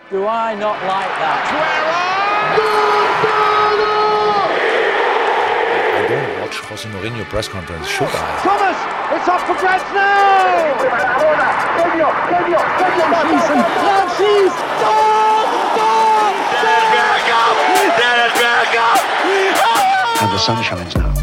Do I not like that? I don't watch Jose Mourinho press conference, should I? Thomas, it's off for grabs now! Francis, Dennis Bergkamp! And the sun shines now.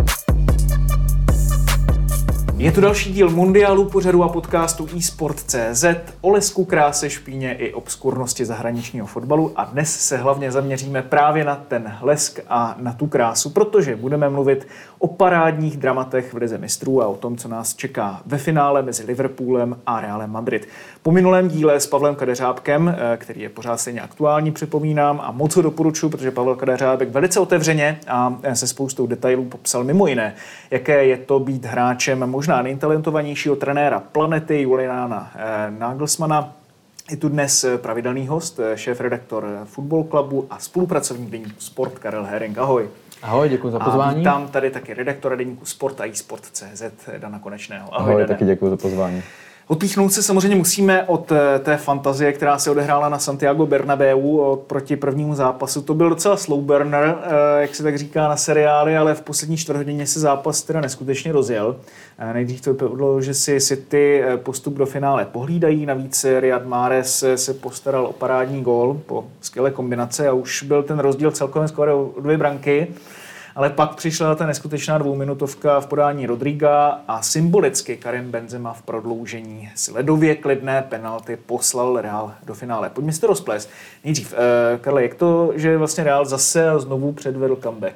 Je tu další díl Mundialu, pořadu a podcastu eSport.cz o lesku, kráse, špíně i obskurnosti zahraničního fotbalu a dnes se hlavně zaměříme právě na ten lesk a na tu krásu, protože budeme mluvit o parádních dramatech v Lize mistrů a o tom, co nás čeká ve finále mezi Liverpoolem a Realem Madrid. Po minulém díle s Pavlem Kadeřábkem, který je pořád stejně aktuální, připomínám, a moc ho doporučuji, protože Pavel Kadeřábek velice otevřeně a se spoustou detailů popsal mimo jiné, jaké je to být hráčem možná nejtalentovanějšího trenéra planety Juliana Nagelsmana. Je tu dnes pravidelný host, šéf-redaktor Football Clubu a spolupracovník deníku Sport Karel Herring. Ahoj. Ahoj, děkuji za pozvání. A vítám tady taky redaktora deníku Sport a eSport.cz Dana Konečného. Ahoj, taky děkuji za pozvání. Odpíchnout se samozřejmě musíme od té fantazie, která se odehrála na Santiago Bernabéu proti prvnímu zápasu. To byl docela slow burner, jak se tak říká na seriály, ale v poslední čtvrthodině se zápas teda neskutečně rozjel. Nejdřív to bylo, že si City postup do finále pohlídají, navíc Riyad Mahrez se postaral o parádní gól po skvělé kombinace a už byl ten rozdíl celkově skoro o 2 branky. Ale pak přišla ta neskutečná dvouminutovka v podání Rodriga a symbolicky Karim Benzema v prodloužení si ledově klidné penalty poslal Real do finále. Pojďme si to rozplést. Nejdřív, Karle, jak to, že vlastně Real zase a znovu předvedl comeback?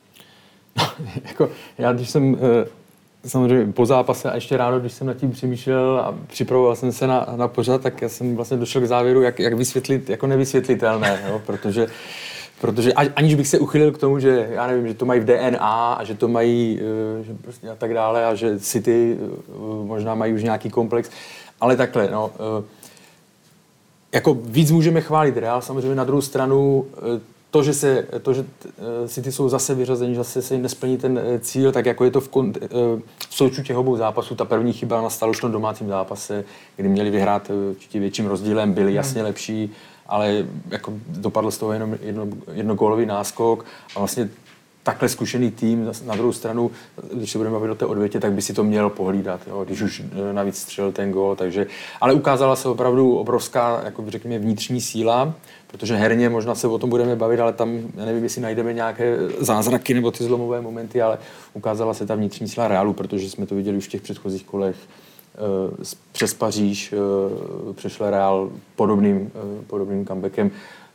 Já když jsem samozřejmě po zápase a ještě ráno, když jsem nad tím přemýšlel a připravoval jsem se na pořad, tak já jsem vlastně došel k závěru, jak vysvětlit jako nevysvětlitelné, jo? Protože aniž bych se uchylil k tomu, že já nevím, že to mají v DNA a že to mají že prostě a tak dále a že City možná mají už nějaký komplex, ale takhle, no, jako víc můžeme chválit Real, samozřejmě na druhou stranu to, že City jsou zase vyřazení, zase se jim nesplní ten cíl, tak jako je to v součtu těch obou zápasů. Ta první chyba nastala už v tom domácím zápase, kdy měli vyhrát určitě větším rozdílem, byli jasně lepší, ale jako dopadl z toho jenom jednogólový náskok a vlastně takhle zkušený tým na druhou stranu, když se budeme bavit o té odvětě, tak by si to měl pohlídat, jo, když už navíc střelil ten gól, takže, ale ukázala se opravdu obrovská, jako řekněme, vnitřní síla, protože herně možná se o tom budeme bavit, ale tam, já nevím, jestli najdeme nějaké zázraky nebo ty zlomové momenty, ale ukázala se ta vnitřní síla Realu, protože jsme to viděli už v těch předchozích kolech. Přes Paříž přešel Real podobným comebackem.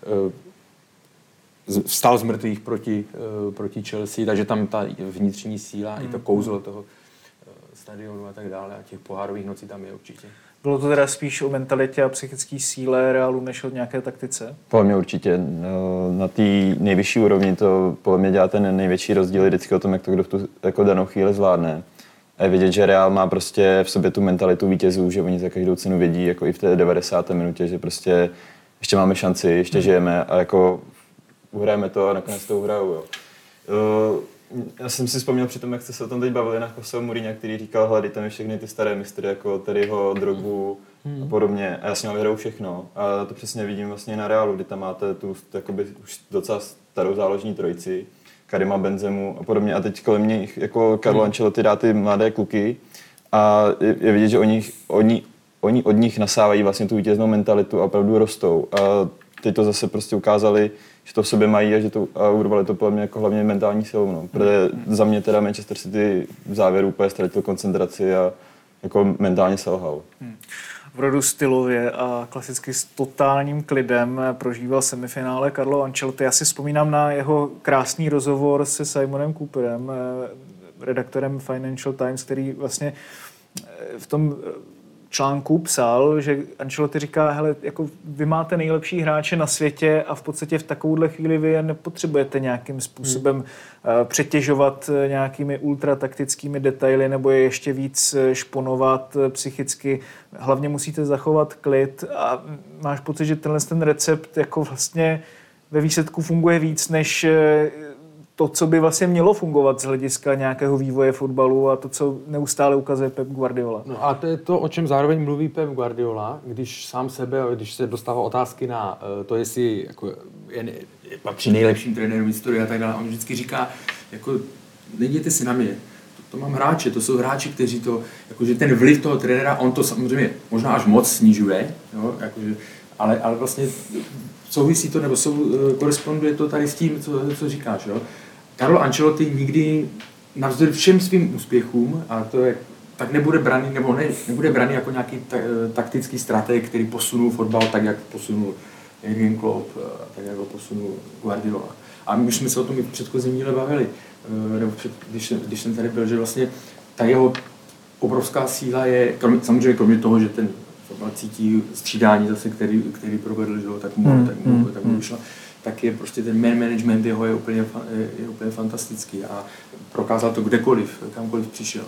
Vstal z mrtvých proti Chelsea, takže tam ta vnitřní síla i to kouzlo toho stadionu a tak dále a těch pohárových nocí tam je určitě. Bylo to teda spíš o mentalitě a psychické síle Realu než o nějaké taktice? Podle mě určitě. Na té nejvyšší úrovni to podle mě dělá ten největší rozdíl vždycky o tom, jak to kdo v tu jako danou chvíli zvládne. A je vidět, že Real má prostě v sobě tu mentalitu vítězů, že oni za každou cenu vědí, jako i v té 90. minutě, že prostě ještě máme šanci, ještě žijeme a jako uhrajeme to a nakonec to uhrajou. Jo. Já jsem si vzpomněl při tom, jak jste se o tom teď bavili na Jose Mourinha, který říkal, hledej tam všechny ty staré mistry, jako Terryho, Drogbu a podobně. A já s ním vyhraju všechno. A to přesně vidím vlastně na Realu, kdy tam máte tu jakoby už docela starou záložní trojici, Karima, Benzemu a podobně. A teď kolem nich jako Carlo Ancelotti dá ty mladé kluky a je vidět, že oni od nich nasávají vlastně tu vítěznou mentalitu a opravdu rostou. A teď to zase prostě ukázali, že to v sobě mají a urvali to podle mě jako hlavně mentální silou. No. Protože za mě teda Manchester City v závěru úplně ztratil koncentraci a jako mentálně selhal. V rodu stylově a klasicky s totálním klidem prožíval semifinále Carlo Ancelotti. Já si vzpomínám na jeho krásný rozhovor se Simonem Cooperem, redaktorem Financial Times, který vlastně v tom článku psal, že Ancelotti říká, hele, jako vy máte nejlepší hráče na světě a v podstatě v takovouhle chvíli vy je nepotřebujete nějakým způsobem přetěžovat nějakými ultrataktickými detaily nebo je ještě víc šponovat psychicky. Hlavně musíte zachovat klid a máš pocit, že ten recept jako vlastně ve výsledku funguje víc než to, co by vlastně mělo fungovat z hlediska nějakého vývoje fotbalu a to, co neustále ukazuje Pep Guardiola. No a to je to, o čem zároveň mluví Pep Guardiola, když sám sebe, když se dostává otázky na to, jestli jako patří nejlepším trenérům historie a tak dále. On vždycky říká, jako nejděte si na mě, to mám hráče, to jsou hráči, kteří to, jakože ten vliv toho trenéra, on to samozřejmě možná až moc snižuje, jo, jakože, ale vlastně souvisí to, nebo koresponduje to tady s tím, co říkáš. Jo. Carlo Ancelotti nikdy navzdory všem svým úspěchům, a to je, tak nebude braný, nebo nebude braný jako nějaký taktický strateg, který posunul fotbal tak, jak posunul Jürgen Klopp, tak, jak ho posunul Guardiola. A my už jsme se o tom i v předchozím díle bavili, nebo když jsem tady byl, že vlastně ta jeho obrovská síla je, samozřejmě kromě toho, že ten fotbal cítí střídání zase, který provedl, že tak mu vyšla, tak je prostě ten management jeho je úplně fantastický a prokázal to kdekoliv, kamkoliv přišel.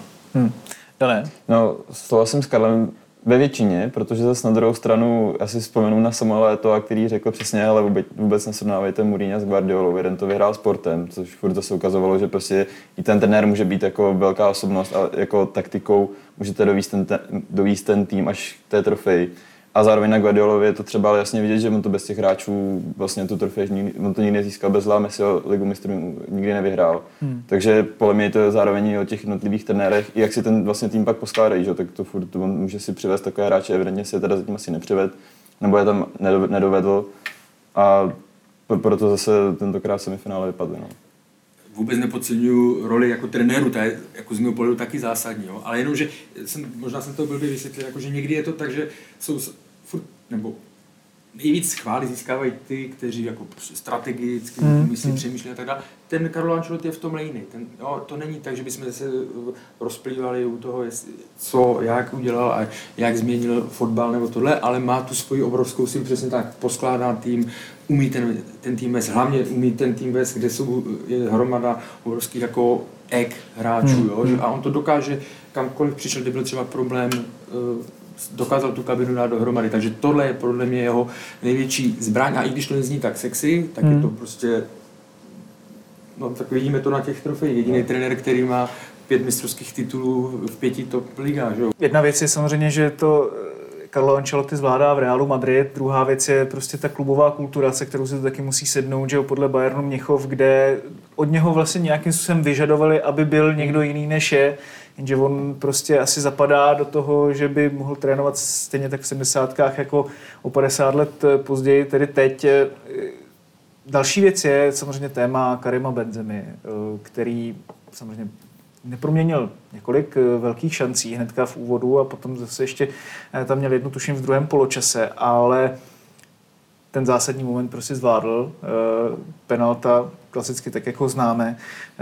Dané? No, souhlasím s Karlem ve většině, protože zase na druhou stranu asi vzpomenu na Samuela Eto'a, který řekl přesně, ale vůbec nesrovnávejte Mourinha s Guardiolou, jeden to vyhrál sportem, což furt zase ukazovalo, že prostě i ten trenér může být jako velká osobnost a jako taktikou můžete dovízt ten tým až k té trofeji. A zároveň na Guardiolovi je to třeba jasně vidět, že on to bez těch hráčů vlastně tu trofej, on to nikdy nezískal, bez Messiho Ligu mistrů nikdy nevyhrál. Takže podle mě je to zároveň o těch jednotlivých trenérech, i jak si ten vlastně tým pak poskládají, že? Tak to furt on může si přivést takové hráče, evidentně si je teda zatím asi nepřived, nebo je tam nedovedl a proto zase tentokrát semifinále vypadly. No. Vůbec nepodceňuji roli jako trenéru, ta je jako z mého pohledu taky zásadní, jo? Ale jenom, že možná jsem to blbě vysvětlil, jako, že někdy je to tak, že jsou furt, nebo nejvíc chvály získávají ty, kteří jako strategicky myslí, přemýšlí a tak dále. Ten Carlo Ancelotti je v tomhle jiný. To není tak, že bychom se rozplývali u toho, co, jak udělal a jak změnil fotbal nebo tohle, ale má tu svoji obrovskou sílu, přesně tak, poskládá tým, umí ten tým vést, hlavně umí ten tým vést, kde je hromada obrovských jako hráčů, jo? A on to dokáže, kamkoliv přišel, kde byl třeba problém, dokázal tu kabinu dát dohromady, takže tohle je podle mě jeho největší zbraň a i když to nezní tak sexy, tak je to prostě, no tak vidíme to na těch trofejích, jediný trenér, který má 5 mistrovských titulů v 5 top ligách, že jo. Jedna věc je samozřejmě, že to Carlo Ancelotti zvládá v Realu Madrid, druhá věc je prostě ta klubová kultura, se kterou se to taky musí sednout, že jo, podle Bayernu Mnichov, kde od něho vlastně nějakým způsobem vyžadovali, aby byl někdo jiný než je, jenže on prostě asi zapadá do toho, že by mohl trénovat stejně tak v 70kách jako o 50 let později, tedy teď. Další věc je samozřejmě téma Karima Benzemy, který samozřejmě neproměnil několik velkých šancí hnedka v úvodu a potom zase ještě tam měl jednu tuším v druhém poločase, ale ten zásadní moment prostě zvládl. Penalta klasicky tak, jak ho známe.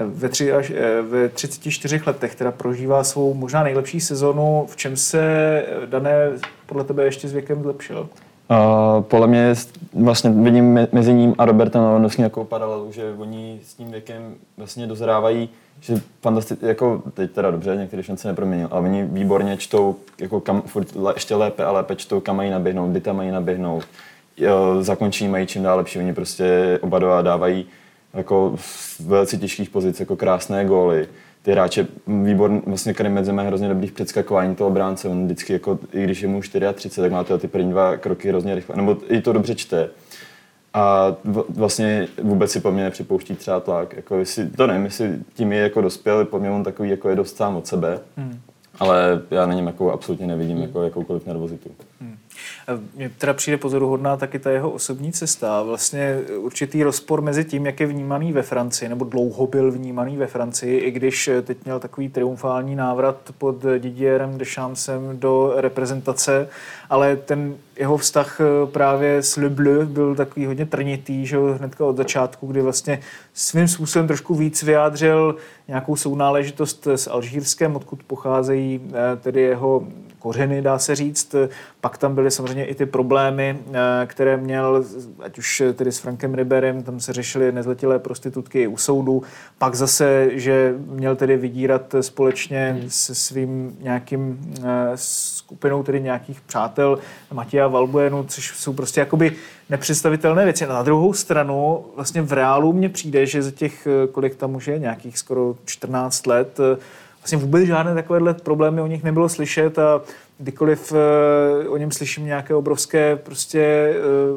Ve 34 letech teda prožívá svou možná nejlepší sezonu. V čem se, Dané, podle tebe ještě s věkem zlepšil? Podle mě vlastně vidím mezi ním a Robertem Lewandowským jako paralelu, že oni s tím věkem vlastně dozrávají, že fantasticky, jako teď teda dobře, některé šance neproměnil, ale oni výborně čtou, jako ještě lépe a lépe čtou, kam mají naběhnout, kdy tam mají naběhnout, zakončení mají čím dál lepší, oni prostě oba dva dávají jako v velice těžkých pozic jako krásné góly. Ty hráče výborný, vlastně Karim Benzema je hrozně dobrý v předskakování toho bránce, on vždycky jako, i když je mu 34, tak má ty první 2 kroky hrozně rychle, nebo i to dobře čte. A vlastně vůbec si po mně nepřipouští třeba tlak, jako jestli, to nevím, jestli tím je jako dospěl, po mně on takový jako je dost sám od sebe, ale já na něm jako absolutně nevidím jako jakoukoliv nervozitu. Mně teda přijde pozoruhodná taky ta jeho osobní cesta. Vlastně určitý rozpor mezi tím, jak je vnímaný ve Francii, nebo dlouho byl vnímaný ve Francii, i když teď měl takový triumfální návrat pod Didierem Deschampsem do reprezentace, ale ten jeho vztah právě s Le Bleu byl takový hodně trnitý, že hnedka od začátku, kdy vlastně svým způsobem trošku víc vyjádřil nějakou sounáležitost s Alžírskem, odkud pocházejí tedy jeho kořeny, dá se říct. Pak tam byly samozřejmě samozřejmě i ty problémy, které měl, ať už tedy s Frankem Riberem, tam se řešily nezletilé prostitutky u soudu, pak zase, že měl tedy vydírat společně se svým nějakým skupinou tedy nějakých přátel Matěja Valbuenu, což jsou prostě jakoby nepředstavitelné věci. Na druhou stranu vlastně v reálu mně přijde, že za těch, kolik tam už je, nějakých skoro 14 let, vlastně vůbec žádné takovéhle problémy o nich nebylo slyšet a kdykoliv o něm slyším nějaké obrovské prostě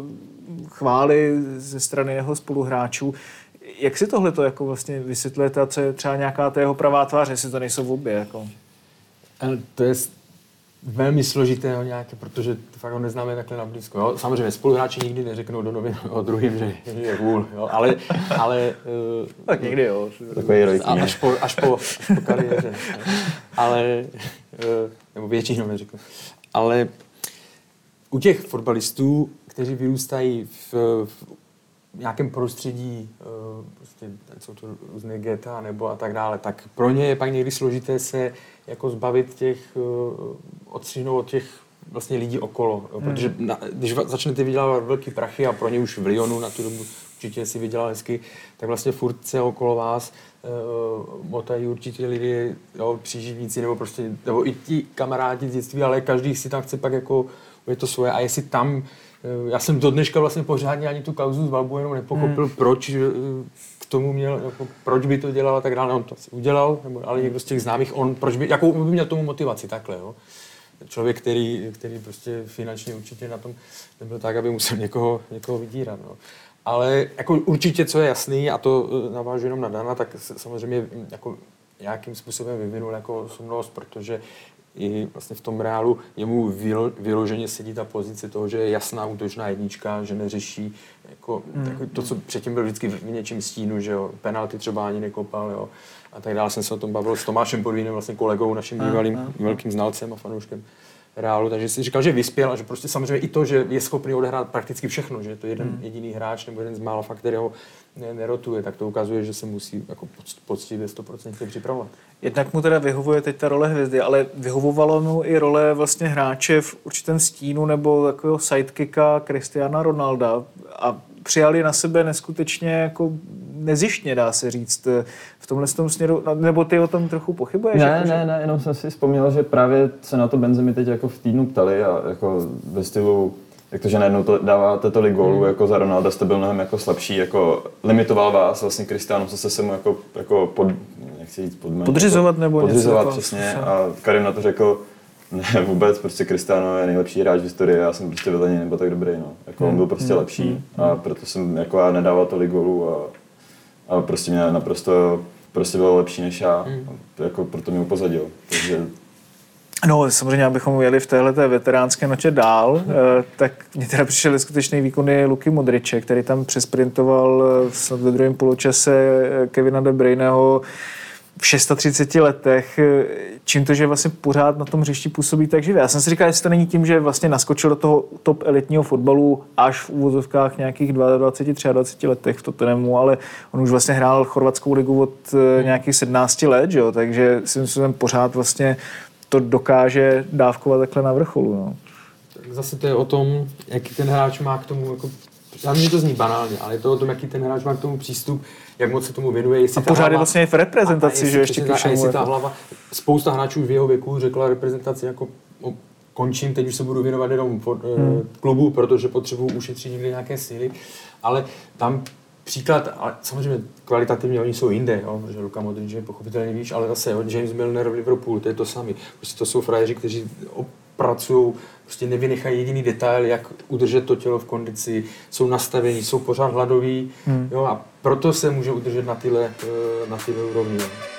chvály ze strany jeho spoluhráčů. Jak si tohleto jako vlastně vysvětlujete a co je třeba nějaká ta jeho pravá tvář, jestli to nejsou v obě? Jako? To je velmi složité nějaké, protože fakt ho neznáme takhle na blízko. Jo? Samozřejmě spoluhráči nikdy neřeknou do novin o druhým, že je vůl, jo? ale tak někdy jo. Až po kariéře. Ale, nebo většinou neřeknu. Ale u těch fotbalistů, kteří vyrůstají v nějakém prostředí, prostě, jsou to různé geta nebo a tak dále, tak pro ně je pak někdy složité se jako zbavit těch, odstřihnout od těch vlastně lidí okolo. Protože když začnete vydělávat velký prachy a pro ně už v Lyonu na tu dobu určitě si vydělal hezky, tak vlastně furt se okolo vás motají určitě lidi, jo, příživníci nebo prostě, nebo i ti kamarádi z dětství, ale každý si tam chce pak jako je to svoje a jestli tam já jsem do dneška vlastně pořádně ani tu kauzu s Valbuenou nepochopil, proč k tomu měl, jako, proč by to dělal a tak dále. On to asi udělal, nebo, ale někdo z těch známých, jakou by měl tomu motivaci takhle, jo. Člověk, který prostě finančně určitě na tom nebyl tak, aby musel někoho vydírat, no. Ale jako určitě, co je jasný, a to navážu jenom na Dana, tak samozřejmě jako nějakým způsobem vyvinul jako osobnost, protože i vlastně v tom Reálu jemu vyloženě sedí ta pozice toho, že je jasná útočná jednička, že neřeší jako to, co předtím byl vždycky v něčím stínu, že jo, penalty třeba ani nekopal, jo, a tak dále. Jsem se o tom bavil s Tomášem Podvínem, vlastně kolegou, naším bývalým velkým znalcem a fanouškem Reálu, takže si říkal, že vyspěl a že prostě samozřejmě i to, že je schopný odehrát prakticky všechno, že je to jeden jediný hráč nebo jeden z mála fakt, kterého nerotuje, tak to ukazuje, že se musí jako poctivě 100% připravovat. Jednak mu teda vyhovuje teď ta role hvězdy, ale vyhovovalo mu i role vlastně hráče v určitém stínu nebo takového sidekicka Cristiana Ronalda a přijali na sebe neskutečně jako nezištně, dá se říct, v tomhle tom směru, nebo ty o tom trochu pochybuješ? Ne, jenom jsem si vzpomněl, že právě se na to Benzemi teď jako v týdnu ptali a jako ve stylu, jak to, že najednou to dáváte tolik gólů, jako za Ronalda jste byl mnohem jako slabší, jako limitoval vás vlastně Cristiano, co se mu jako podřizovat nebo podřizovat něco přesně a Karim na to řekl, ne vůbec, prostě Cristiano je nejlepší hráč v historii, já jsem prostě vedle něj nebyl tak dobrý, no. Jako on byl prostě lepší a proto jsem jako já nedával tolik gólů a prostě mě naprosto prostě byl lepší než já, jako proto mě upozadil, takže... No, samozřejmě, abychom jeli v téhleté veteránské noče dál, tak mě teda přišel skutečný výkony Luky Modriče, který tam přesprintoval snad ve druhém poločase Kevina De Bruyneho v 36 letech, čím to, že vlastně pořád na tom hřišti působí tak živě. Já jsem si říkal, jestli to není tím, že vlastně naskočil do toho top elitního fotbalu až v úvozovkách nějakých 22, 23 letech v Tottenhamu, ale on už vlastně hrál chorvatskou ligu od nějakých 17 let, že jo? Takže si myslím, že pořád vlastně to dokáže dávkovat takhle na vrcholu. No. Tak zase to je o tom, jaký ten hráč má k tomu, jako, já vím, že to zní banálně, ale je to o tom, jaký ten hráč má k tomu přístup, jak moc se tomu věnuje. Jestli a pořád je vlastně v reprezentaci, že ještě k všemu. Ta hlava, spousta hráčů v jeho věku řekla reprezentaci jako končím, teď už se budu věnovat jenom klubu, protože potřebuji ušetřit někde nějaké síly, ale tam příklad, ale samozřejmě kvalitativně oni jsou jinde, jo, protože Luka Modrič je pochopitelně víš, ale zase jo, James Milner v Liverpoolu, to je to samé. Prostě to jsou frajeři, kteří pracují, prostě nevynechají jediný detail, jak udržet to tělo v kondici, jsou nastavení, jsou pořád hladoví, jo, a proto se může udržet na tyhle úrovni.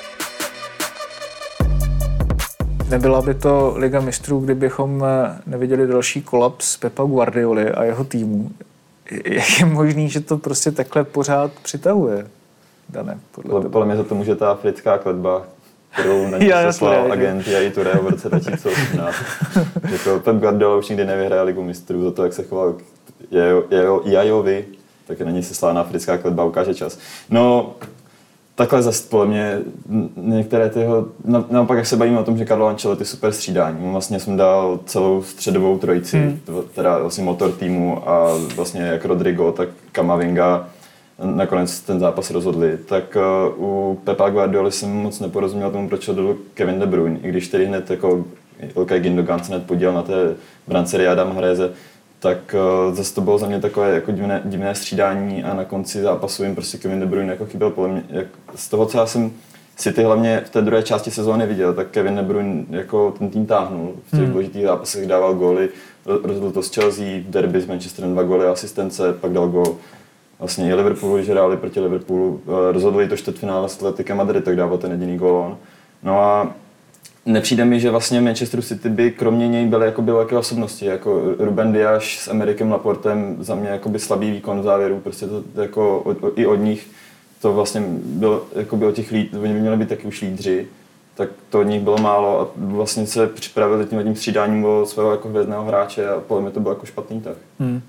Nebyla by to Liga mistrů, kdybychom neviděli další kolaps Pepa Guardioli a jeho týmu. Jak je možný, že to prostě takhle pořád přitahuje, Dane? Podle mě za to může ta africká kletba, kterou na ní seslal agent Yaya Touré v roce 2018. Řekl, Pep Guardiola už nikdy nevyhraje Ligu mistrů za to, jak se choval k Yayovi, tak na ní seslána africká kletba, ukáže čas. No, takhle zase podle mě některé tyho, naopak jak se bavíme o tom, že Carlo Ancelotti je super střídání, on vlastně jsem dal celou středovou trojici, teda vlastně motor týmu a vlastně jak Rodrigo, tak Camavinga nakonec ten zápas rozhodli, tak u Pepa Guardioly jsem moc neporozuměl tomu, proč odjel Kevin De Bruyne, i když tedy hned jako Ilkay Gündogan se hned podílel na té brance Riyada Mahreze, tak zase to bylo za mě takové jako divné střídání a na konci zápasu jim prostě Kevin De Bruyne jako chyběl podle mě. Z toho, co já jsem City hlavně v té druhé části sezóny viděl, tak Kevin De Bruyne jako ten tým táhnul. V těch důležitých zápasech dával góly, rozhodl to s Chelsea, v derby s Manchesterem 2 góly a asistence, pak dal gól. Vlastně i Liverpoolu, že hráli proti Liverpoolu, rozhodli to čtvrtfinále s Atletikem Madrid, tak dával ten jediný gól on. No a nepřijde mi, že vlastně Manchester City by kromě něj byly jako velké osobnosti, jako Ruben Dias s Emerikem Laportem, za mě jako by slabý výkon v závěru, prostě to jako i od nich to vlastně bylo jako by od těch oni by měli být taky už lídři, tak to od nich bylo málo a vlastně se připravili tím střídáním o svého jako hvězdného hráče a podle mě to byl jako špatný tak.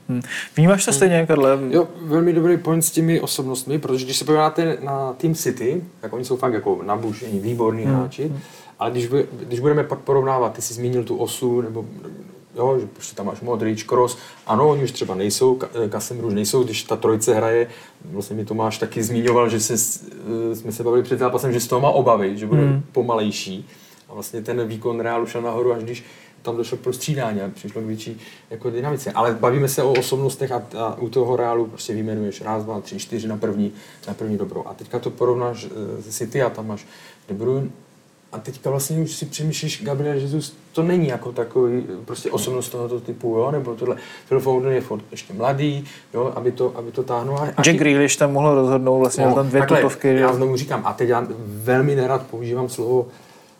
Vnímáš to stejně, Karle? Jo, velmi dobrý point s těmi osobnostmi, protože když se podíváte na tým City, tak oni jsou fakt jako nabušení, výborní hráči, ale když budeme pak porovnávat, ty jsi zmínil tu osu, nebo jo, že prostě tam máš Modrič, Kroos, ano, oni už třeba nejsou, Casemiro už nejsou, když ta trojice hraje, vlastně mi Tomáš taky zmiňoval, že jsme se bavili před zápasem, že z toho má obavy, že bude pomalejší a vlastně ten výkon Realu šel nahoru, až když tam došlo k prostřídání a přišlo k větší jako dynamice. Ale bavíme se o osobnostech a u toho Realu prostě vyjmenuješ 1, 2, 3, 4 na první dobrou. A teďka to porovnáš se City a tam máš De Bruyne. A teďka vlastně už si přemýšlíš, Gabriel Jesus, to není jako takový prostě osobnost tohoto typu, jo, nebo tohle. Phil Foden je ještě mladý, jo, aby to táhnul. Jack Grealish tam mohl rozhodnout, vlastně tam 2 tutovky. Já znovu říkám, a teď já velmi nerad používám slovo,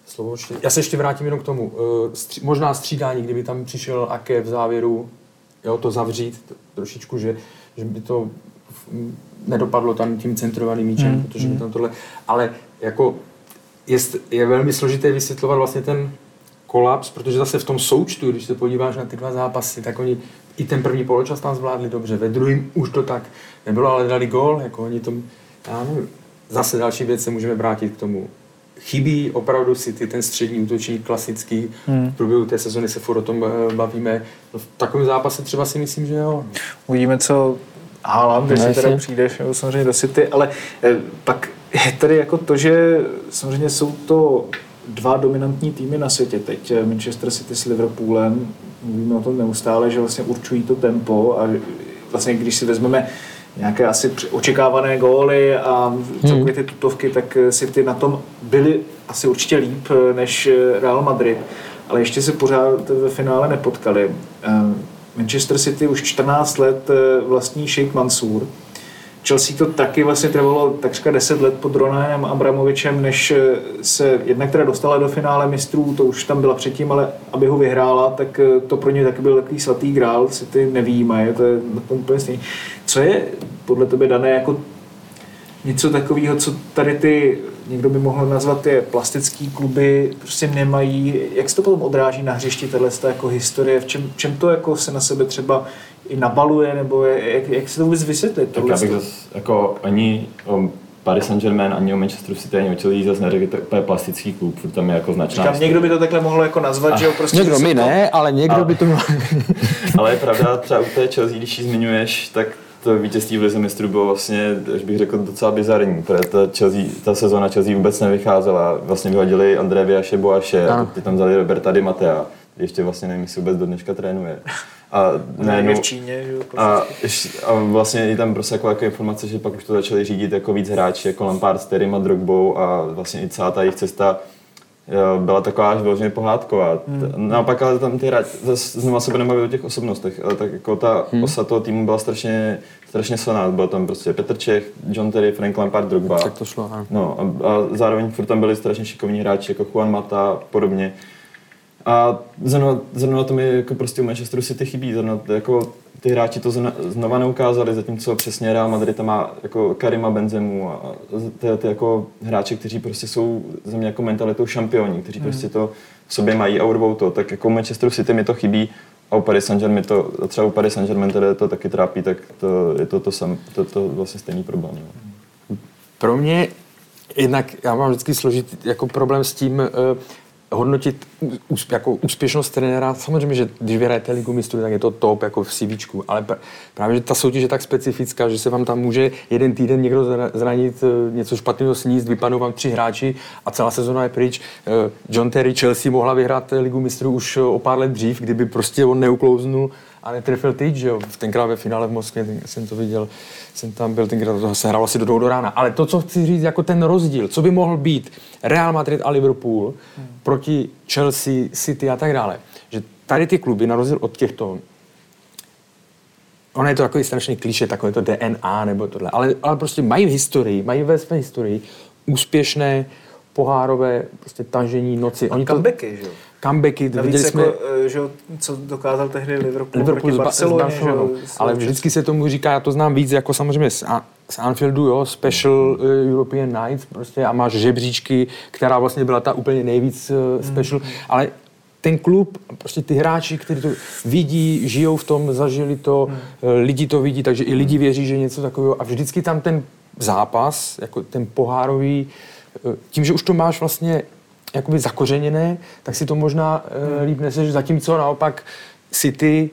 já se ještě vrátím jenom k tomu, možná střídání, kdyby tam přišel Ake v závěru, jo, to zavřít trošičku, že by to nedopadlo tam tím centrovaným míčem, protože by tam tohle, ale jako je velmi složité vysvětlovat vlastně ten kolaps, protože zase v tom součtu, když se podíváš na ty 2 zápasy, tak oni i ten první poločas tam zvládli dobře, ve druhém už to tak nebylo, ale dali gól, jako oni tom, já nevím, zase další věc se můžeme vrátit k tomu. Chybí opravdu City ten střední útočník klasický, v průběhu té sezony se furt o tom bavíme, no, v takovém zápase třeba si myslím, že jo. Uvidíme, co Haaland, když si teda přijdeš samozřejmě do City, ale pak je tady jako to, že samozřejmě jsou to 2 dominantní týmy na světě teď, Manchester City s Liverpoolem, mluvíme o tom neustále, že vlastně určují to tempo a vlastně když si vezmeme nějaké asi očekávané góly a celkově ty tutovky, tak City na tom byli asi určitě líp než Real Madrid, ale ještě se pořád ve finále nepotkali. Manchester City už 14 let vlastní Sheikh Mansour. Chelsea to taky vlastně trvalo takřka 10 let pod Romanem Abramovičem, než se jednak teda dostala do finále mistrů, to už tam byla předtím, ale aby ho vyhrála, tak to pro ně taky byl takový svatý grál, City nevyjímají, to je na tom úplně stejný. Co je podle tebe dané jako něco takového, co tady ty, někdo by mohl nazvat ty plastický kluby, prostě nemají, jak se to potom odráží na hřišti, tato jako historie, v čem to jako se na sebe třeba i nabaluje, nebo jak se to vůbec vysvětlit? Tak já bych zase, jako ani o Paris Saint-Germain, ani o Manchesteru City, ani o Chelsea zase neřekl, to je plastický klub, furt tam je jako značná. Říkám, někdo by to takhle mohl jako nazvat, že jo, prostě... Někdo mi ne, ale někdo by to měl. Ale je pravda, třeba u té Chelsea, když ji zmiňuješ, tak to vítězství v lize mistrů bylo vlastně, až bych řekl, docela bizarní, protože ta sezóna Chelsea vůbec nevycházela. Vlastně vyhodili André Viaše Boaše a teď tam vzali Roberta Di Mattea, ještě vlastně nevím, jestli vůbec do dneška trénuje. A ne, v Číně, že jo? A vlastně i tam prostě jako informace, že pak už to začali řídit jako víc hráči, jako Lampard s Terrym a Drogbou a vlastně i celá ta jejich cesta byla taková až vyloženě pohádková. Naopak ale tam ty hráči, znovu se budeme bavit o těch osobnostech, ale tak jako ta osa toho týmu byla strašně silná. Byl tam prostě Petr Čech, John Terry, Frank Lampard, Drogba. Tak to šlo, no a zároveň furt tam byli strašně šikovní hráči, jako Juan Mata a podobně. A zrovna to mi jako prostě u Manchesteru City chybí, zrovna jako ty hráči to znova neukázali, zatímco přesně Real Madrid tam má jako Karima Benzemu a ty jako hráči, kteří prostě jsou za mě jako mentalitou šampioni, kteří prostě to v sobě mají a urvou to, tak jako u Manchesteru City mi to chybí a u Paris Saint-Germain třeba u Paris Saint-Germain to taky trápí, tak je to vlastně stejný problém. Pro mě jednak já mám vždycky složit jako problém s tím hodnotit jako úspěšnost trenéra. Samozřejmě, že když vyhrajete ligu mistrů, tak je to top jako v CVčku, ale právě, že ta soutěž je tak specifická, že se vám tam může jeden týden někdo zranit, něco špatného sníst, vypadnou vám 3 hráči a celá sezona je pryč. John Terry, Chelsea mohla vyhrát ligu mistrů už o pár let dřív, kdyby prostě on neuklouznul a netrefil tyč, že jo. Tenkrát ve finále v Moskvě jsem to viděl, jsem tam byl, tenkrát to se hrálo asi do 2 do rána. Ale to, co chci říct, jako ten rozdíl, co by mohl být Real Madrid a Liverpool proti Chelsea, City a tak dále, že tady ty kluby, na rozdíl od těchto, ono je to takový strašný klišé, takové to DNA nebo tohle, ale prostě mají v historii, mají ve své historii úspěšné pohárové prostě tažení noci. Oni comebacky, že jo? Comebacky, viděli jsme, jako, že co dokázal tehdy Liverpool proti Barceloně, ale vždycky se tomu říká, já to znám víc jako samozřejmě z Anfieldu, jo, Special European Nights, prostě a máš žebříčky, která vlastně byla ta úplně nejvíc special, ale ten klub, prostě ty hráči, kteří to vidí, žijou v tom, zažili to, lidi to vidí, takže i lidi věří, že něco takového a vždycky tam ten zápas, jako ten pohárový, tím, že už to máš vlastně jakoby zakořeněné, tak si to možná líp neseš, zatímco naopak City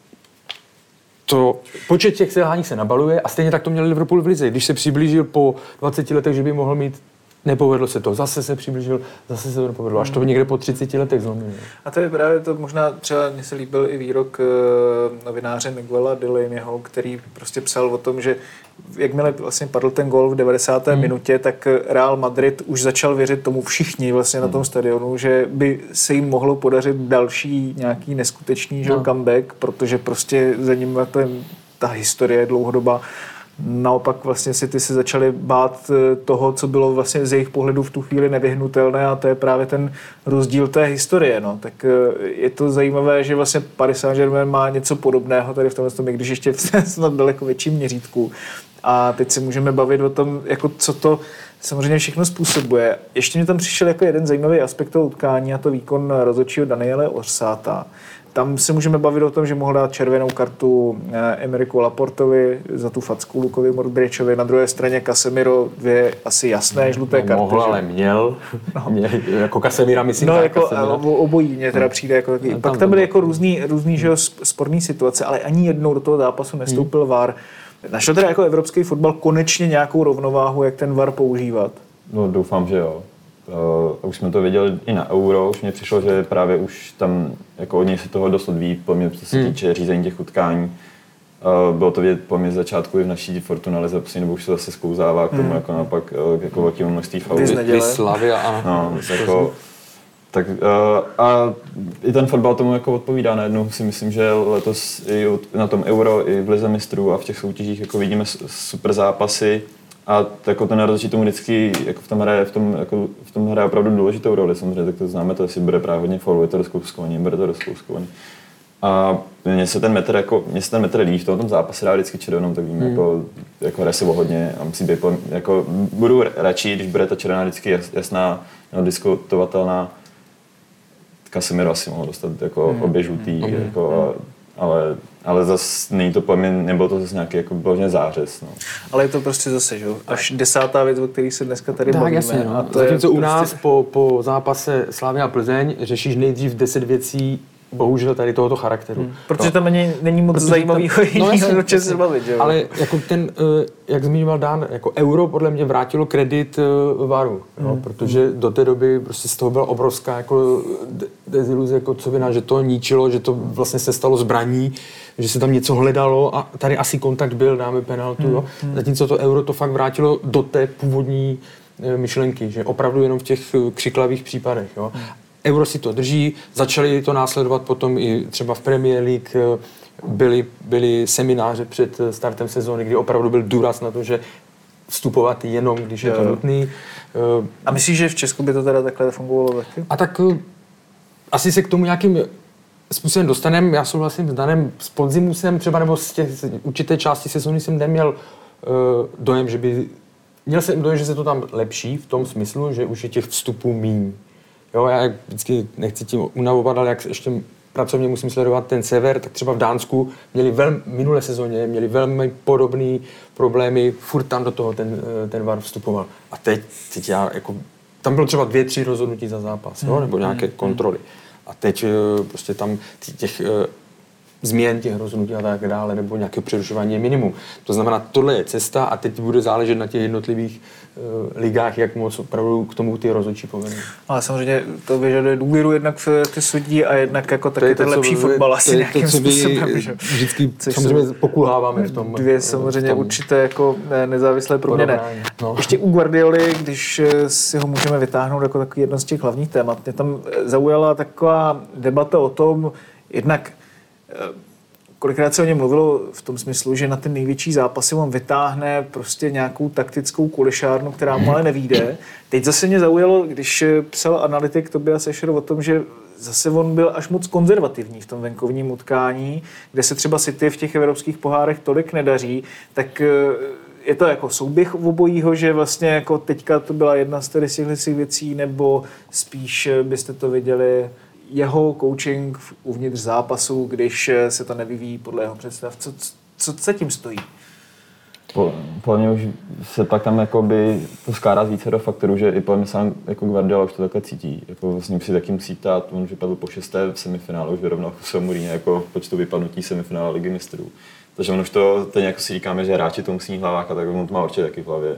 to počet těch selhání se nabaluje a stejně tak to měl Liverpool v lize. Když se přiblížil po 20 letech, že by mohl mít, nepovedlo se to, zase se přiblížil, zase se to nepovedlo, až to někde po 30 letech zlomil. A to je právě to možná, třeba mně se líbil i výrok novináře Miguela Delaneyho, který prostě psal o tom, že jakmile vlastně padl ten gól v 90. minutě, tak Real Madrid už začal věřit tomu všichni vlastně na tom stadionu, že by se jim mohlo podařit další nějaký neskutečný comeback, protože prostě za ním ta historie je dlouhodobá. Naopak vlastně si ty se začali bát toho, co bylo vlastně z jejich pohledu v tu chvíli nevyhnutelné a to je právě ten rozdíl té historie. No. Tak je to zajímavé, že vlastně Paris Saint-Germain má něco podobného tady v tomhle tom, když ještě v snad daleko větším měřítku. A teď se můžeme bavit o tom, jako co to samozřejmě všechno způsobuje. Ještě mi tam přišel jako jeden zajímavý aspekt toho utkání a to výkon rozhodčího Daniele Orsáta. Tam se můžeme bavit o tom, že mohl dát červenou kartu Emeriku Laportovi za tu facku Lukovi Modričovi. Na druhé straně Casemiro 2 asi jasné žluté karty. Mohl, ale měl. Jako Casemira myslím. No, jako obojí mě teda přijde jako taky. Pak tam byly jako různý že jo, sporný situace, ale ani jednou do toho zápasu nestoupil VAR. Našel teda jako evropský fotbal konečně nějakou rovnováhu, jak ten VAR používat? No doufám, že jo. Už jsme to viděli i na Euro, už mně přišlo, že právě už tam jako od něj se toho dost odvíjí, po mě, co se týče řízení těch utkání. Bylo to vidět po mě z začátku i v naší Fortuna Lize, nebo už se zase sklouzává k tomu jako naopak jako velkému množství faulů. Slavia, ano. Tak a i ten fotbal tomu jako odpovídá. Najednou si myslím, že letos i na tom Euro, i v Lize mistrů a v těch soutěžích jako vidíme super zápasy. A jako ten rozhodčí tomu vždycky jako v tom hraje opravdu důležitou roli. Samozřejmě tak to známe, to jestli bude právě hodně faulu, je to rozkouskovaný, bude to rozkouskovaný. A mně se ten metr líbí v tom zápase dá vždycky červenou, tak vím, jako hraje se o hodně a musí být, jako budu radši, když bude ta červená vždycky jasná, diskutovatelná. Casemiro asi mohl dostat jako obě žlutý, jako, ale zase není to po mě, nebylo to zase nějaký jako bylo zářez. No. Ale je to prostě zase, že? Až 10. věc, o které se dneska tady bavíme. Jasně, no. A to zatímco u prostě... nás po zápase Slavia Plzeň řešíš nejdřív 10 věcí, bohužel tady tohoto charakteru. Protože tam není moc zajímavého jiného, o čem se bavit. Že? Ale jako ten, jak zmiňoval Dan, jako Euro podle mě vrátilo kredit VARu, protože do té doby prostě z toho byla obrovská jako deziluze, jako co vina, že to ničilo, že to vlastně se stalo zbraní, že se tam něco hledalo a tady asi kontakt byl, dáme penaltu. Jo. Zatímco to Euro to fakt vrátilo do té původní myšlenky, že opravdu jenom v těch křiklavých případech. Jo. Euro si to drží, začali to následovat potom i třeba v Premier League, byly semináře před startem sezóny, kdy opravdu byl důraz na to, že vstupovat jenom, když je to nutný. A myslíš, že v Česku by to teda takhle fungovalo taky? A tak asi se k tomu nějakým způsobem dostaneme. Já souhlasím s Danem, s podzimu jsem třeba, nebo z určité části sezóny jsem neměl dojem, že by... Měl jsem dojem, že se to tam lepší v tom smyslu, že už je těch vstupů míň. Jo, já vždycky nechci tím unavovat, ale jak ještě pracovně musím sledovat ten sever, tak třeba v Dánsku minulé sezóně měli velmi podobné problémy, furt tam do toho ten VAR vstupoval. A teď já jako, tam bylo třeba 2-3 rozhodnutí za zápas, jo, nebo nějaké kontroly. A teď prostě tam těch změn těch rozhodnutí a tak dále, nebo nějaké přerušování je minimum. To znamená, tohle je cesta a teď bude záležet na těch jednotlivých ligách, jak moc opravdu k tomu ty rozhodčí povedou. Ale samozřejmě to vyžaduje důvěru jednak v ty sudí a jednak jako taky ten lepší fotbal asi nějakým způsobem. Vždycky samozřejmě pokulháváme v tom. Dvě samozřejmě určité jako nezávislé proměny. No. Ještě u Guardioli, když si ho můžeme vytáhnout jako takový jedno z těch hlavních témat, mě tam zaujala taková debata o tom, jednak kolikrát se o něm mluvilo v tom smyslu, že na ten největší zápasy on vytáhne prostě nějakou taktickou kulišárnu, která mu ale nevyjde. Teď zase mě zaujalo, když psal analytik Tobias Escher o tom, že zase on byl až moc konzervativní v tom venkovním utkání, kde se třeba City v těch evropských pohárech tolik nedaří, tak je to jako souběh obojího, že vlastně jako teďka to byla jedna z těch věcí, nebo spíš byste to viděli jeho coaching uvnitř zápasu, když se to nevyvíjí podle jeho představ. Co se tím stojí? Podle mě už se pak tam jakoby to skládá více do faktorů, že i podle mě sám jako Guardiola už to takhle cítí. Jako vlastně už si taky musí ptát, on už vypadl po 6. v semifinále, už vyrovnal Jose Mourinho jako v počtu vypadnutí semifinále Ligy mistrů. Takže on už to, teď jako si říkáme, že hráči to musí hlaváka, tak on to má určitě taky v hlavě.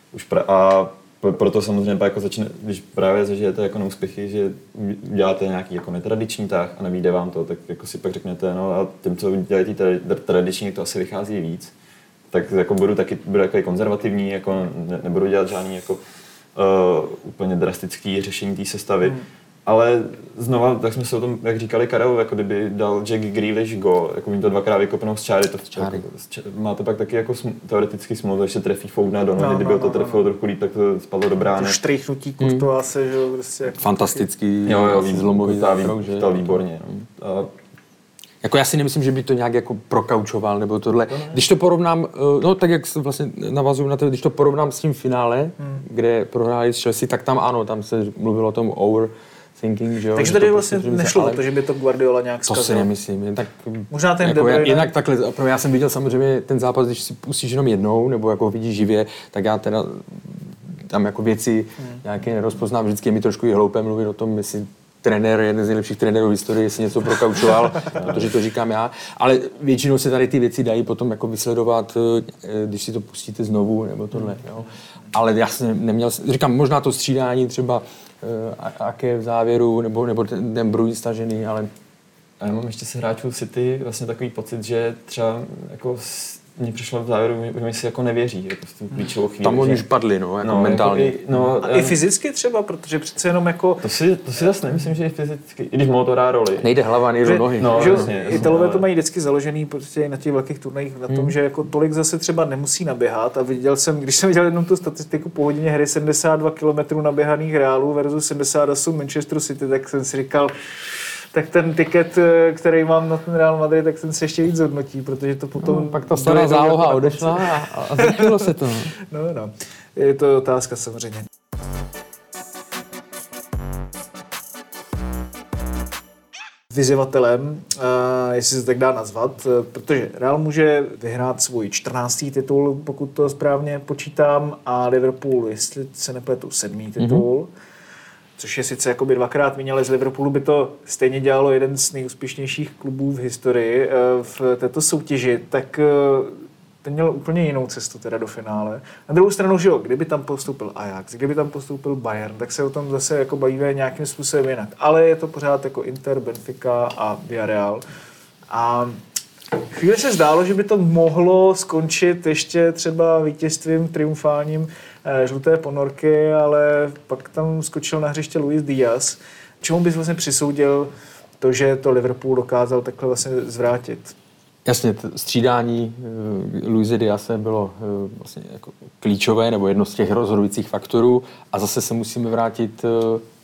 A proto samozřejmě jako začne, když právě zažijete jako neúspěchy, že děláte nějaký jako netradiční tah a nevíde vám to, tak jako si pak řeknete, no a tím, co dělají ty tradiční, to asi vychází víc. Tak jako budu takový konzervativní, jako nebudu dělat žádný jako úplně drastický řešení té sestavy. Ale znova, tak jsme se o tom, jak říkali Karel, jako kdyby dal Jack Grealish gól, jako mi to dvakrát vykopnou z čáry, máte pak taky jako teoreticky smlouvu, že se trefí Foudna do nohy, kdyby to trefilo trochu líp, tak to spadlo do brány. To štrejchnutí Courtois se, že jo, prostě jako fantastický, zlomový zákrok, že? To výborně. Jako já si nemyslím, že by to nějak jako prokaučoval nebo tohle. Když to porovnám, no tak jak vlastně navazuju na to, když to porovnám s tím finále, kde prohráli s Chelsea, tak tam ano, tam se mluvilo o tom overthinking, že jo. Takže tady vlastně nešlo o to, že by to Guardiola nějak zkazil. To si nemyslím. Jen tak, možná ten jako jinak takhle, já jsem viděl samozřejmě ten zápas, když si pustíš jenom jednou, nebo jako vidíš živě, tak já teda tam jako věci nějaké nerozpoznám. Vždycky je mi trošku i hloupé mluvit o tom, jestli trenér, jeden z nejlepších trenérů v historii, jestli něco prokaučoval, protože to říkám já. Ale většinou se tady ty věci dají potom jako vysledovat, když si to pustíte znovu, nebo tohle. Jo. Ale já jsem neměl, říkám, možná to střídání třeba, jaké v závěru, nebo ten Bruin stažený, ale... A já mám ještě se hráčů City vlastně takový pocit, že třeba jako mně přišlo v závěru, že mi si jako nevěří, jako v tu klíčovou chvíli. Tam oni už padli, no, jako mentálně. A i fyzicky třeba, protože přece jenom jako... To si zase nemyslím, že i fyzicky, i když mohlo to hrát roli. Nejde hlava, nejde nohy. No, Italové to mají vždycky založený prostě na těch velkých turnajích na tom, že jako tolik zase třeba nemusí naběhat a viděl jsem, když jsem viděl jenom tu statistiku po hodině hry 72 km naběhaných Realů versus 78 Manchester City, tak jsem si říkal, tak ten tiket, který mám na ten Real Madrid, tak ten se ještě víc zhodnotí, protože to potom... No, pak ta stará záloha odešla a zrychlilo se to. No. Je to otázka samozřejmě. Vyzývatelem, jestli se tak dá nazvat, protože Real může vyhrát svůj 14. titul, pokud to správně počítám, a Liverpool, jestli se nepletu, 7. titul. Což je sice jakoby dvakrát méně, ale z Liverpoolu by to stejně dělalo jeden z nejúspěšnějších klubů v historii v této soutěži, tak ten měl úplně jinou cestu teda do finále. Na druhou stranu, že jo, kdyby tam postoupil Ajax, kdyby tam postoupil Bayern, tak se o tom zase jako bavíme nějakým způsobem jinak. Ale je to pořád jako Inter, Benfica a Villarreal. A chvíli se zdálo, že by to mohlo skončit ještě třeba vítězstvím triumfálním žluté ponorky, ale pak tam skočil na hřiště Luis Díaz. Čemu bys vlastně přisoudil to, že to Liverpool dokázal takhle vlastně zvrátit? Jasně, střídání Luise Díaze bylo vlastně jako klíčové, nebo jedno z těch rozhodujících faktorů. A zase se musíme vrátit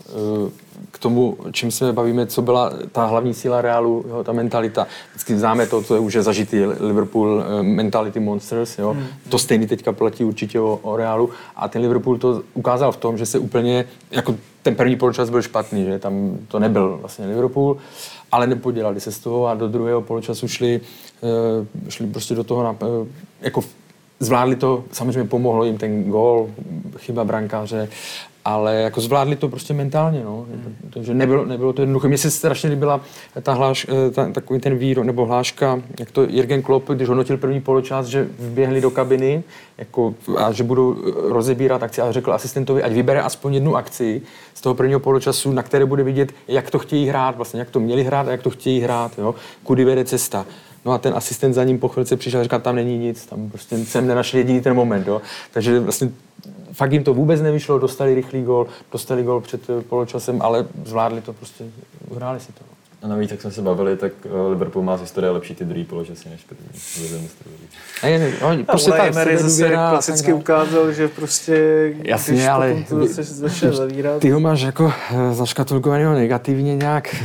k tomu, čím se bavíme, co byla ta hlavní síla Realu, jo, ta mentalita. Vždycky známe to, co je už zažitý Liverpool mentality monsters, jo. To stejný teďka platí určitě o Realu a ten Liverpool to ukázal v tom, že se úplně, jako ten první poločas byl špatný, že tam to nebyl vlastně Liverpool, ale nepodělali se z toho a do druhého poločasu šli prostě do toho, jako zvládli to, samozřejmě pomohlo jim ten gól, chyba brankáře, ale jako zvládli to prostě mentálně, no. Takže nebylo to jednoduché. Mně se strašně líbila takový ten výrok, nebo hláška, jak to Jürgen Klopp, když hodnotil první poločas, že vběhli do kabiny jako, a že budou rozebírat akci a řekl asistentovi, ať vybere aspoň jednu akci z toho prvního poločasu, na které bude vidět, jak to chtějí hrát, vlastně jak to měli hrát a jak to chtějí hrát, jo, kudy vede cesta. No a ten asistent za ním po chvilce přišel a říkal, tam není nic, tam prostě jsem nenašel jediný ten moment, jo. Takže vlastně fakt jim to vůbec nevyšlo, dostali rychlý gól, dostali gól před poločasem, ale zvládli to prostě, uhráli si to. A navíc, jak jsme se bavili, tak Liverpool má z historie lepší ty druhý poločasy než první. Prostě ta zase klasicky ukázal, že prostě jasně, když ale potom to začne zavírat. Ty ho máš jako zaškatulkovaného negativně nějak.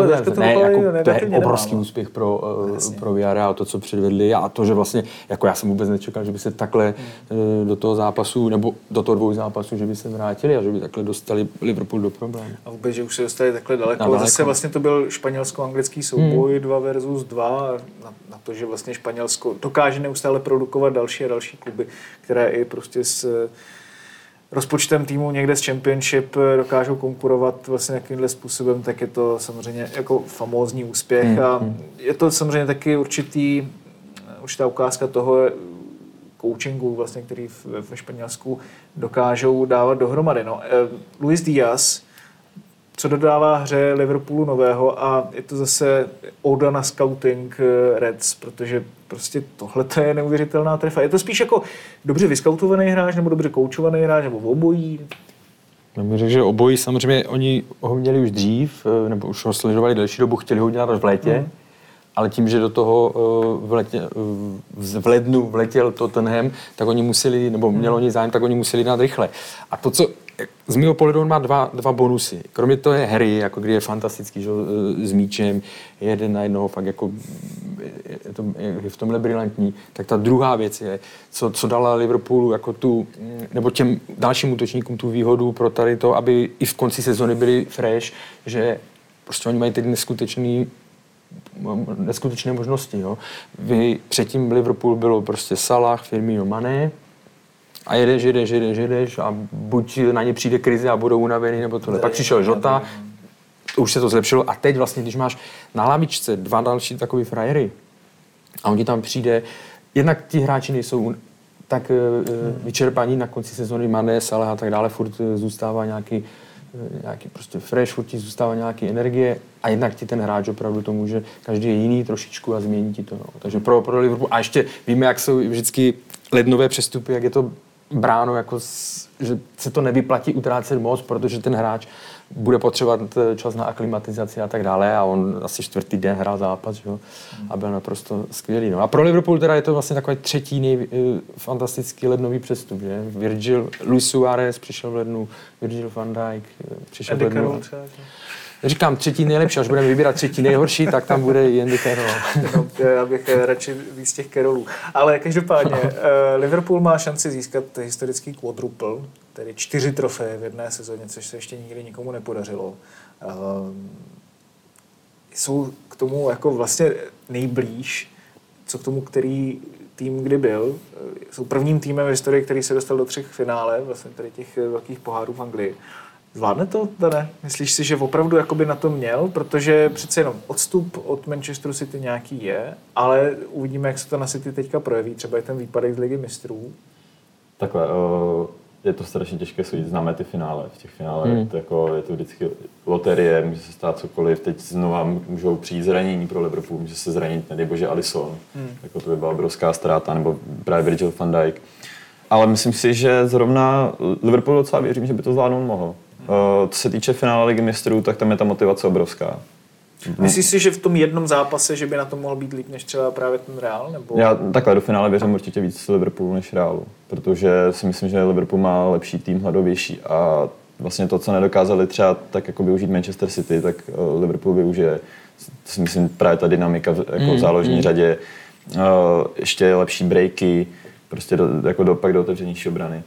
To je obrovský úspěch pro Villarreal, to, co předvedli a to, že vlastně, jako já jsem vůbec nečekal, že by se takhle do toho zápasu, nebo do toho dvou zápasů, že by se vrátili a že by takhle dostali Liverpool do problémů. A vůbec, že už se dostali takhle daleko. Zase vlastně to byl španělsko-anglický souboj 2 versus 2 na to, že vlastně Španělsko dokáže neustále produkovat další a další kluby, které i prostě s rozpočtem týmu někde z Championship dokážou konkurovat vlastně jakýmhle způsobem, tak je to samozřejmě jako famózní úspěch a je to samozřejmě taky určitá ukázka toho coachingu, vlastně, který ve Španělsku dokážou dávat dohromady. No, Luis Díaz, co dodává hře Liverpoolu nového a je to zase oda na scouting Reds, protože prostě tohle je neuvěřitelná trefa. Je to spíš jako dobře vyskautovaný hráč nebo dobře koučovaný hráč nebo obojí? Já bych řekl, že obojí samozřejmě oni ho měli už dřív, nebo už ho sledovali delší dobu, chtěli ho dělat až v létě, ale tím, že do toho v lednu vletěl Tottenham, tak oni museli, nebo mělo oni zájem, tak oni museli dát rychle. A to, co z mého pohledu on má dva bonusy. Kromě toho je hry, jako kdy je fantastický, že, s míčem, jeden na jednoho, fakt jako je v tomhle brilantní. Tak ta druhá věc je, co dala Liverpoolu jako nebo těm dalším útočníkům tu výhodu pro tady to, aby i v konci sezony byli fresh, že prostě oni mají teď neskutečné možnosti. Jo. Předtím Liverpool bylo prostě Salah, Firmino, Mané a jedeš a buď na ně přijde krize a budou unavený, nebo tohle. Pak přišel Jota, už se to zlepšilo a teď vlastně, když máš na lavičce 2 další takový frajery a on ti tam přijde, jednak ti hráči nejsou tak vyčerpaní na konci sezóny, Mané, Salah a tak dále, furt zůstává nějaký prostě fresh, furt ti zůstává nějaký energie a jednak ti ten hráč opravdu to může, každý je jiný trošičku a změní ti to. No. Takže pro Liverpool a ještě víme, jak jsou vždycky lednové přestupy, jak je to bráno, jako že se to nevyplatí utrácet moc, protože ten hráč bude potřebovat čas na aklimatizaci a tak dále a on asi 4. den hrál zápas, jo, a byl naprosto skvělý. No. A pro Liverpool teda je to vlastně takový 3. fantastický lednový přestup, že? Luis Suárez přišel v lednu, Virgil van Dijk přišel v lednu. Říkám 3. nejlepší, až budeme vybírat 3. nejhorší, tak tam bude i Andy Carroll. No, já bych radši víc těch Carrollů. Ale každopádně, Liverpool má šanci získat historický quadruple, tedy 4 trofeje v jedné sezóně, což se ještě nikdy nikomu nepodařilo. Jsou k tomu jako vlastně nejblíž, co k tomu, který tým kdy byl. Jsou prvním týmem v historii, který se dostal do 3 finále, vlastně tady těch velkých pohárů v Anglii. Zvládne to, Dane? Myslíš si, že opravdu jakoby na to měl? Protože přece jenom odstup od Manchesteru City nějaký je, ale uvidíme, jak se to na City teďka projeví. Třeba i ten výpadek z Ligy mistrů. Takhle, je to strašně těžké soudit. Známe ty finále. V těch finálech je to vždycky loterie, může se stát cokoliv. Teď znova můžou přijít zranění pro Liverpool, může se zranit, nedej bože, Alisson. Jako to by byla obrovská ztráta, nebo právě Virgil van Dijk. Ale myslím si, že zrovna Liverpool docela věřím, že by to zvládnout mohl. Co se týče finále Ligy mistrů, tak tam je ta motivace obrovská. Myslíš si, že v tom jednom zápase, že by na to mohl být líp než třeba právě ten Real? Nebo... Já takhle do finále věřím určitě víc Liverpoolu než Realu, protože si myslím, že Liverpool má lepší tým, hladovější a vlastně to, co nedokázali třeba tak jako využít Manchester City, tak Liverpool využije. To si myslím právě ta dynamika jako v záložní řadě, ještě lepší breaky, prostě pak do otevřenější obrany.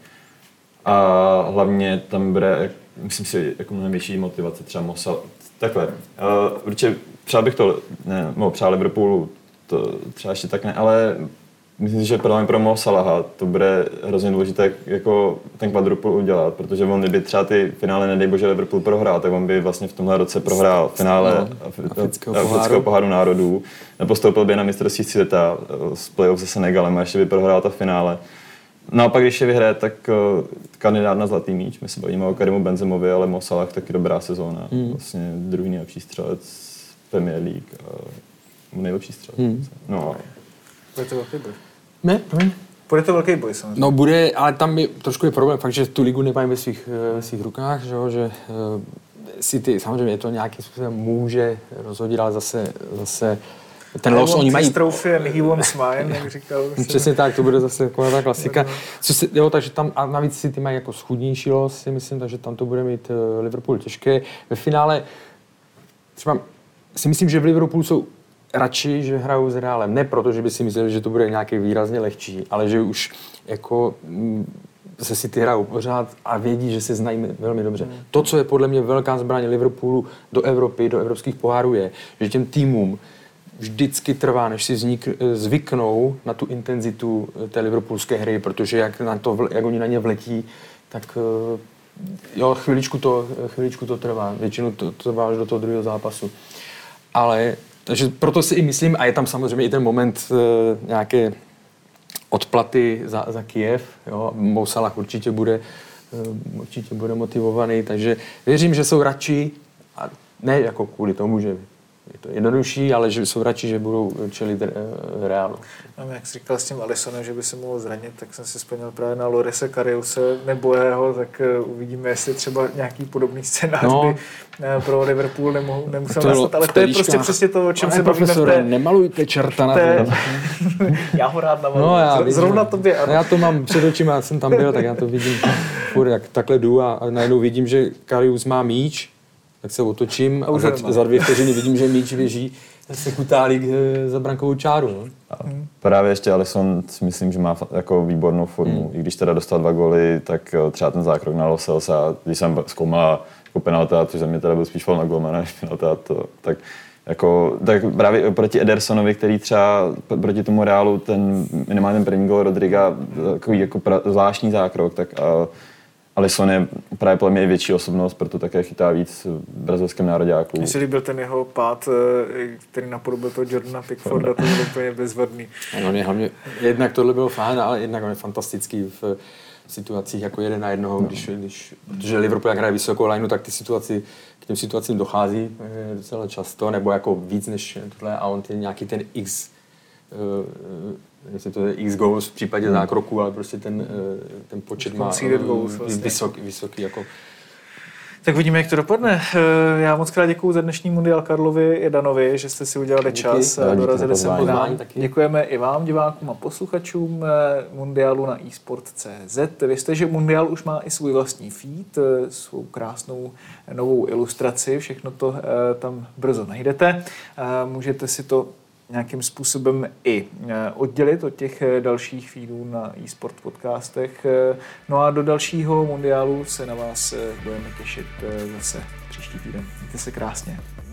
A hlavně tam bude, myslím si, jako mnohem větší motivace třeba takhle. Určitě přál bych to, přál Liverpoolu, to třeba ještě tak ne, ale myslím si, že pro Mo Salaha to bude hrozně důležité jako ten quadruple udělat, protože on kdyby třeba ty finále, nedej bože, Liverpool prohrál, tak on by vlastně v tomhle roce prohrál finále afrického poháru národů, nepostoupil by na mistrovství světa z playoff se Senegalem a ještě by prohrál ta finále. No a pak, když je vyhraje, tak kandidát na zlatý míč. My se bavíme o Karimu Benzemovi, ale Mo Salah taky dobrá sezóna. Vlastně druhý nejlepší střelec Premier League a nejlepší střelec. No. Bude to velký boj. Ne, promiň. Bude to velký boj, samozřejmě. No bude, ale tam je trošku problém, fakt, že tu ligu nemají ve svých rukách, že City, samozřejmě je to nějakým způsobem může rozhodit, ale zase ten los oni mají. Trophy and he wants mine, jak říkal. Přesně tak, to bude zase taková ta klasika. Takže tam, a navíc City mají jako schůdnější los, si myslím, takže tam to bude mít Liverpool těžké. Ve finále třeba si myslím, že v Liverpoolu jsou radši, že hrajou s Realem. Ne proto, že by si mysleli, že to bude nějaký výrazně lehčí, ale že už jako se City hrajou pořád a vědí, že se znají velmi dobře. To, co je podle mě velká zbraň Liverpoolu do Evropy, do evropských pohárů je, že těm týmům vždycky trvá, než si zvyknou na tu intenzitu té liverpoolské hry, protože jak oni na ně vletí, tak jo, chviličku to trvá. Většinou to trvá až do toho druhého zápasu. Ale takže proto si i myslím, a je tam samozřejmě i ten moment nějaké odplaty za Kyjev. Jo. Mo Salah určitě bude motivovaný, takže věřím, že jsou radši, a ne jako kvůli tomu, že je to jednodušší, ale že jsou radši, že budou čelit Realu. No, jak jsi říkal s tím Alissonem, že by se mohl zranit, tak jsem si vzpomněl právě na Lorise Kariuse nebo jeho, tak uvidíme, jestli třeba nějaký podobný scénář by pro Liverpool nemusel nastat, ale to je prostě přesně to, o čem se bavíme v té... Nemalujte čerta na Já ho rád namaluji. Zrovna tobě, ano. Já to mám před očima, já jsem tam byl, tak já to vidím furt, jak takhle jdu a najednou vidím, že Karius má míč, tak se otočím a za 2 vteřiny vidím, že míč běží se kutálí za brankovou čáru. No? Právě ještě Alisson si myslím, že má jako výbornou formu. I když teda dostal 2 góly, tak třeba ten zákrok na Lo Celsa, když jsem zkoumal jako penalta, což za mě teda byl spíš fal na golmana než penalta, tak právě proti Edersonovi, který třeba proti tomu Reálu, minimálně ten první gól Rodriga, takový jako zvláštní zákrok, tak Alisson je právě podle mě i větší osobnost, proto také chytá víc v brazilském nároďáku. Mně se líbil ten jeho pád, který napodobil toho Jordana Pickforda, to bylo úplně bezvadný. On je hlavně, jednak tohle bylo fajn, ale jednak on je fantastický v situacích jako 1 na 1, protože Liverpool jak hraje vysokou lineu, tak k těm situacím dochází docela často, nebo jako víc než tohle a on nějaký ten jestli to je X goals v případě zákroku, ale prostě ten počet má vysoký jako. Tak vidíme, jak to dopadne. Já moc krát děkuju za dnešní mundial Karlovi i Danovi, že jste si udělali čas a dorazili sem k nám. Děkujeme i vám, divákům a posluchačům mundialu na eSport.cz. Věřte, že mundial už má i svůj vlastní feed, svou krásnou novou ilustraci. Všechno to tam brzo najdete. Můžete si to nějakým způsobem i oddělit od těch dalších feedů na eSport podcastech. No a do dalšího mundiálu se na vás budeme těšit zase příští týden. Mějte se krásně.